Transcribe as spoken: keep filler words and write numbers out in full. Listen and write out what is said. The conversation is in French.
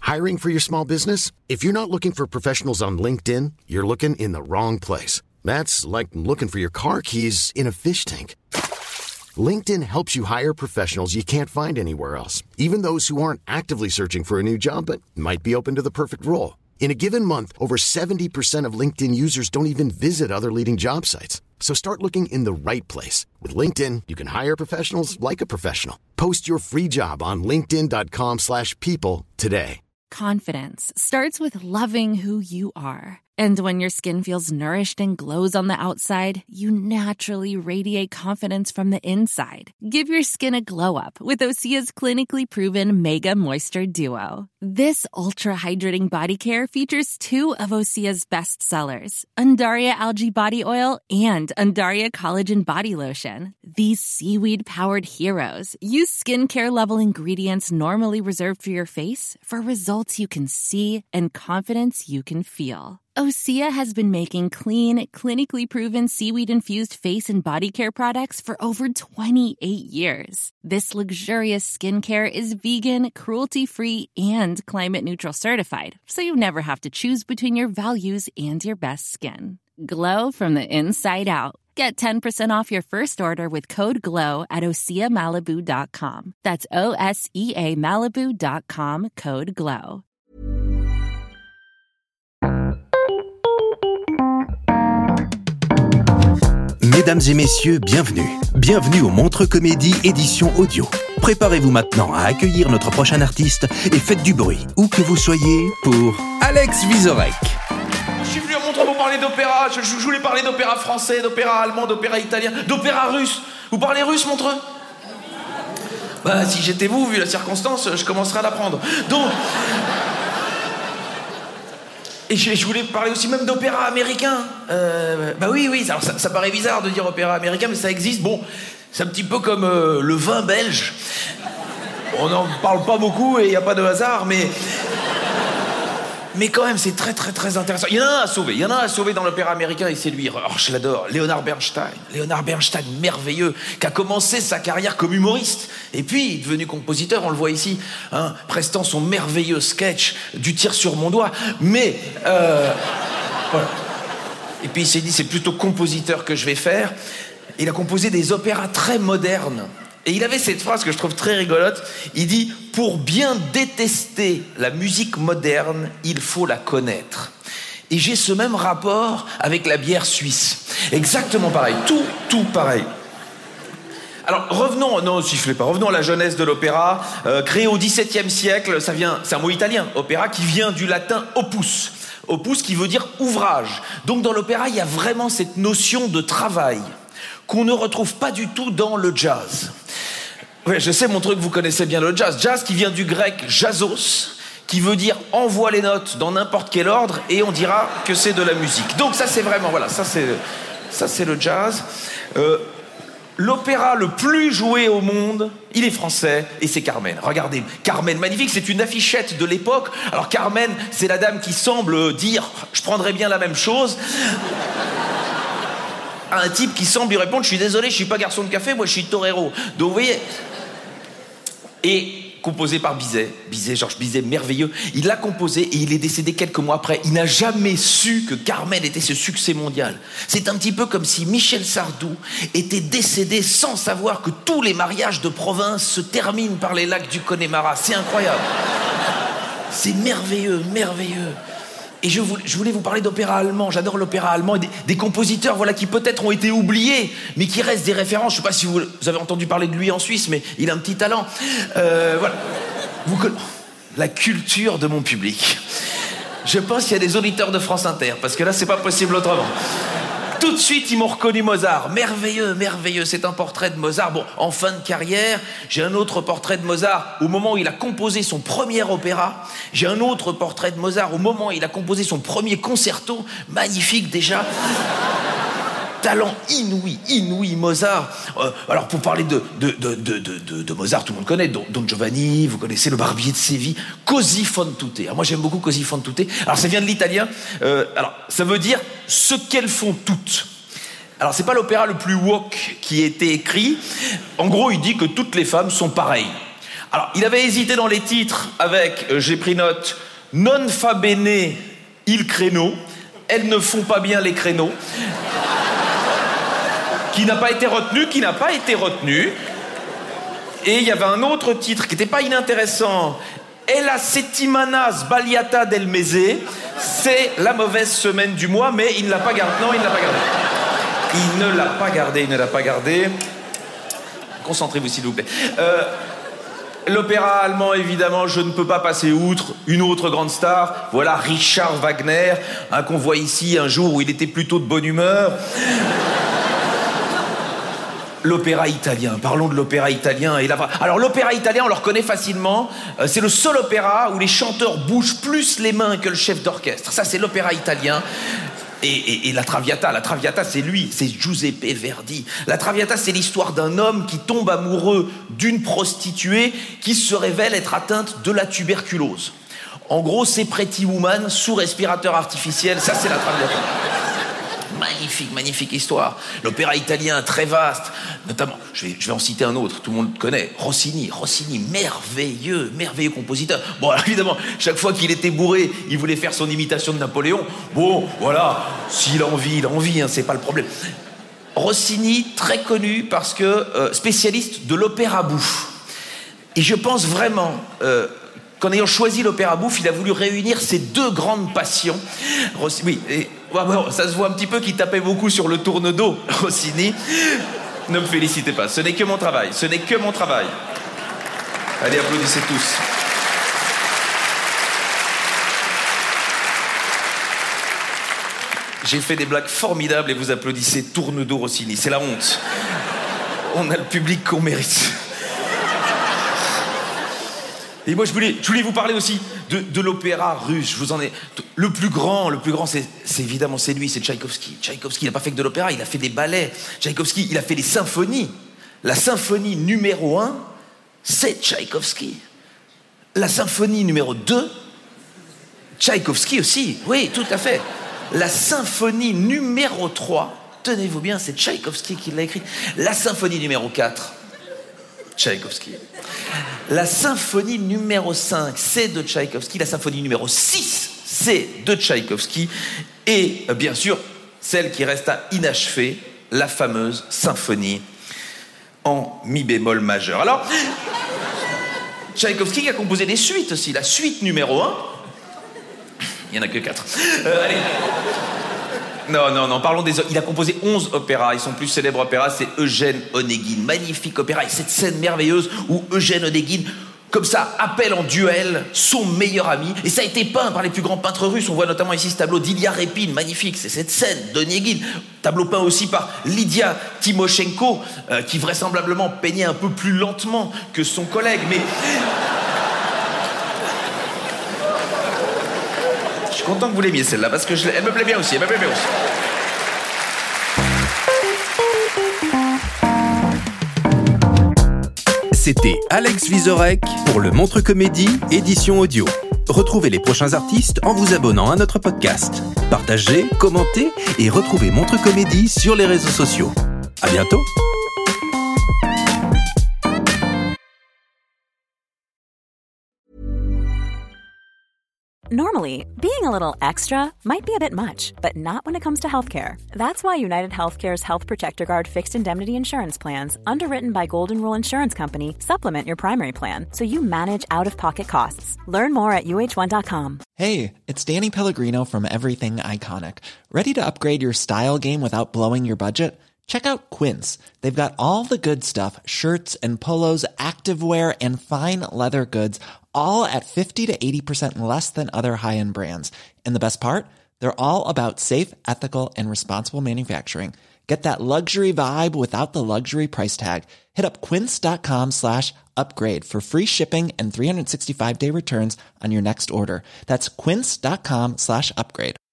Hiring for your small business? If you're not looking for professionals on LinkedIn, you're looking in the wrong place. That's like looking for your car keys in a fish tank. LinkedIn helps you hire professionals you can't find anywhere else, even those who aren't actively searching for a new job but might be open to the perfect role. In a given month, over seventy percent of LinkedIn users don't even visit other leading job sites. So start looking in the right place. With LinkedIn, you can hire professionals like a professional. Post your free job on linkedin.com slash people today. Confidence starts with loving who you are. And when your skin feels nourished and glows on the outside, you naturally radiate confidence from the inside. Give your skin a glow up with Osea's clinically proven Mega Moisture Duo. This ultra-hydrating body care features two of Osea's best sellers, Undaria Algae Body Oil and Undaria Collagen Body Lotion. These seaweed-powered heroes use skincare-level ingredients normally reserved for your face for results you can see and confidence you can feel. Osea has been making clean, clinically proven seaweed-infused face and body care products for over twenty-eight years. This luxurious skincare is vegan, cruelty-free, and climate-neutral certified, so you never have to choose between your values and your best skin. Glow from the inside out. Get ten percent off your first order with code GLOW at osea malibu dot com. That's O S E A Malibu dot com, code GLOW. Mesdames et messieurs, bienvenue. Bienvenue au Montreux Comédie édition audio. Préparez-vous maintenant à accueillir notre prochain artiste et faites du bruit, où que vous soyez, pour Alex Vizorek. Je suis venu à Montreux pour parler d'opéra. Je, je voulais parler d'opéra français, d'opéra allemand, d'opéra italien, d'opéra russe. Vous parlez russe, Montreux ? Bah, si j'étais vous, vu la circonstance, je commencerais à l'apprendre. Donc... Et je, je voulais parler aussi même d'opéra américain. Euh, bah oui, oui, alors ça, ça paraît bizarre de dire opéra américain, mais ça existe. Bon, c'est un petit peu comme euh, le vin belge. On n'en parle pas beaucoup et il n'y a pas de hasard, mais... Mais quand même, c'est très, très, très intéressant. Il y en a un à sauver. Il y en a un à sauver dans l'opéra américain et c'est lui. Oh, je l'adore. Leonard Bernstein. Leonard Bernstein, merveilleux, qui a commencé sa carrière comme humoriste. Et puis, devenu compositeur, on le voit ici, hein, prestant son merveilleux sketch du tir sur mon doigt. Mais, euh, voilà. Et puis, il s'est dit, c'est plutôt compositeur que je vais faire. Il a composé des opéras très modernes. Et il avait cette phrase que je trouve très rigolote. Il dit « Pour bien détester la musique moderne, il faut la connaître. » Et j'ai ce même rapport avec la bière suisse. Exactement pareil. Tout, tout pareil. Alors revenons, non, sifflez pas, revenons à la jeunesse de l'opéra. Euh, créé au dix-septième siècle, ça vient, c'est un mot italien, opéra, qui vient du latin opus. Opus qui veut dire ouvrage. Donc dans l'opéra, il y a vraiment cette notion de travail qu'on ne retrouve pas du tout dans le jazz. Ouais, je sais, mon truc, vous connaissez bien le jazz. Jazz qui vient du grec jazzos, qui veut dire envoie les notes dans n'importe quel ordre et on dira que c'est de la musique. Donc ça, c'est vraiment, voilà, ça c'est, ça c'est le jazz. Euh, l'opéra le plus joué au monde, il est français et c'est Carmen. Regardez, Carmen, magnifique, c'est une affichette de l'époque. Alors Carmen, c'est la dame qui semble dire « je prendrais bien la même chose ». À un type qui semble lui répondre « je suis désolé, je suis pas garçon de café, moi je suis torero ». Donc vous voyez... Et composé par Bizet, Bizet, Georges Bizet, merveilleux. Il l'a composé et il est décédé quelques mois après. Il n'a jamais su que Carmen était ce succès mondial. C'est un petit peu comme si Michel Sardou était décédé sans savoir que tous les mariages de province se terminent par les lacs du Connemara. C'est incroyable. C'est merveilleux, merveilleux. Et je voulais, je voulais vous parler d'opéra allemand. J'adore l'opéra allemand et des, des compositeurs, voilà, qui peut-être ont été oubliés, mais qui restent des références. Je ne sais pas si vous, vous avez entendu parler de lui en Suisse, mais il a un petit talent. Euh, voilà. Vous, la culture de mon public. Je pense qu'il y a des auditeurs de France Inter, parce que là, c'est pas possible autrement. Tout de suite, ils m'ont reconnu Mozart. Merveilleux, merveilleux. C'est un portrait de Mozart. Bon, en fin de carrière, j'ai un autre portrait de Mozart au moment où il a composé son premier opéra. J'ai un autre portrait de Mozart au moment où il a composé son premier concerto. Magnifique, déjà. Talent inouï, inouï, Mozart. Euh, alors, pour parler de, de, de, de, de, de Mozart, tout le monde connaît. Don, Don Giovanni, vous connaissez Le Barbier de Séville. Così fan tutte. Alors, moi, j'aime beaucoup Così fan tutte. Alors, ça vient de l'italien. Euh, alors, ça veut dire ce qu'elles font toutes. Alors, c'est pas l'opéra le plus woke qui a été écrit. En gros, il dit que toutes les femmes sont pareilles. Alors, il avait hésité dans les titres avec, euh, j'ai pris note, non fa bene il créneau, elles ne font pas bien les créneaux, qui n'a pas été retenu, qui n'a pas été retenu. Et il y avait un autre titre qui n'était pas inintéressant, et la settimana sbagliata del mese, c'est la mauvaise semaine du mois, mais il ne l'a pas gardé. Non, il ne l'a pas gardé. Il ne l'a pas gardé, il ne l'a pas gardé. Concentrez-vous, s'il vous plaît. Euh, l'opéra allemand, évidemment, je ne peux pas passer outre. Une autre grande star, voilà Richard Wagner, hein, qu'on voit ici un jour où il était plutôt de bonne humeur. L'opéra italien, parlons de l'opéra italien. Et la... Alors l'opéra italien, on le reconnaît facilement, euh, c'est le seul opéra où les chanteurs bougent plus les mains que le chef d'orchestre. Ça, c'est l'opéra italien. Et, et, et la Traviata, la Traviata, c'est lui, c'est Giuseppe Verdi. La Traviata, c'est l'histoire d'un homme qui tombe amoureux d'une prostituée qui se révèle être atteinte de la tuberculose. En gros, c'est Pretty Woman sous respirateur artificiel, ça c'est la Traviata. Magnifique, magnifique histoire. L'opéra italien, très vaste. Notamment, je vais, je vais en citer un autre, tout le monde connaît. Rossini, Rossini, merveilleux, merveilleux compositeur. Bon, alors évidemment, chaque fois qu'il était bourré, il voulait faire son imitation de Napoléon. Bon, voilà, s'il a envie, il a envie, hein, c'est pas le problème. Rossini, très connu parce que euh, spécialiste de l'opéra bouffe. Et je pense vraiment... Euh, qu'en ayant choisi l'opéra bouffe, il a voulu réunir ces deux grandes passions. Rossi, oui, et, ouais, ouais, ça se voit un petit peu qu'il tapait beaucoup sur le tourne-dos, Rossini. Ne me félicitez pas, ce n'est que mon travail, ce n'est que mon travail. Allez, applaudissez tous. J'ai fait des blagues formidables et vous applaudissez tourne-dos Rossini, c'est la honte. On a le public qu'on mérite. Et moi, je voulais, je voulais vous parler aussi de, de l'opéra russe. Je vous en ai... Le plus grand, le plus grand, c'est, c'est évidemment, c'est lui, c'est Tchaïkovski. Tchaïkovski, il n'a pas fait que de l'opéra, il a fait des ballets. Tchaïkovski, il a fait des symphonies. La symphonie numéro un, c'est Tchaïkovski. La symphonie numéro deux, Tchaïkovski aussi. Oui, tout à fait. La symphonie numéro trois, tenez-vous bien, c'est Tchaïkovski qui l'a écrite. La symphonie numéro quatre, Tchaïkovski. La symphonie numéro cinq, c'est de Tchaïkovski. La symphonie numéro six, c'est de Tchaïkovski. Et bien sûr, celle qui resta inachevée, la fameuse symphonie en mi bémol majeur. Alors, Tchaïkovski qui a composé des suites aussi. La suite numéro un, il n'y en a que quatre. Euh, allez. Non, non, non, parlons des... Il a composé onze opéras, et son plus célèbre opéra, c'est Eugène Onégine. Magnifique opéra, et cette scène merveilleuse où Eugène Onégine, comme ça, appelle en duel son meilleur ami. Et ça a été peint par les plus grands peintres russes. On voit notamment ici ce tableau d'Ilya Repin, magnifique, c'est cette scène d'Onégine. Tableau peint aussi par Lydia Timoshenko, euh, qui vraisemblablement peignait un peu plus lentement que son collègue, mais... Je suis content que vous l'aimiez celle-là, parce que je, elle me plaît bien aussi, elle me plaît bien aussi. C'était Alex Vizorek pour le Montre Comédie, édition audio. Retrouvez les prochains artistes en vous abonnant à notre podcast. Partagez, commentez et retrouvez Montre Comédie sur les réseaux sociaux. À bientôt. Normally, being a little extra might be a bit much, but not when it comes to healthcare. That's why United Healthcare's Health Protector Guard fixed indemnity insurance plans, underwritten by Golden Rule Insurance Company, supplement your primary plan so you manage out-of-pocket costs. Learn more at U H one dot com. Hey, it's Danny Pellegrino from Everything Iconic. Ready to upgrade your style game without blowing your budget? Check out Quince. They've got all the good stuff, shirts and polos, activewear, and fine leather goods, all at fifty to eighty percent less than other high-end brands. And the best part? They're all about safe, ethical, and responsible manufacturing. Get that luxury vibe without the luxury price tag. Hit up quince.com slash upgrade for free shipping and three sixty-five day returns on your next order. That's quince.com slash upgrade.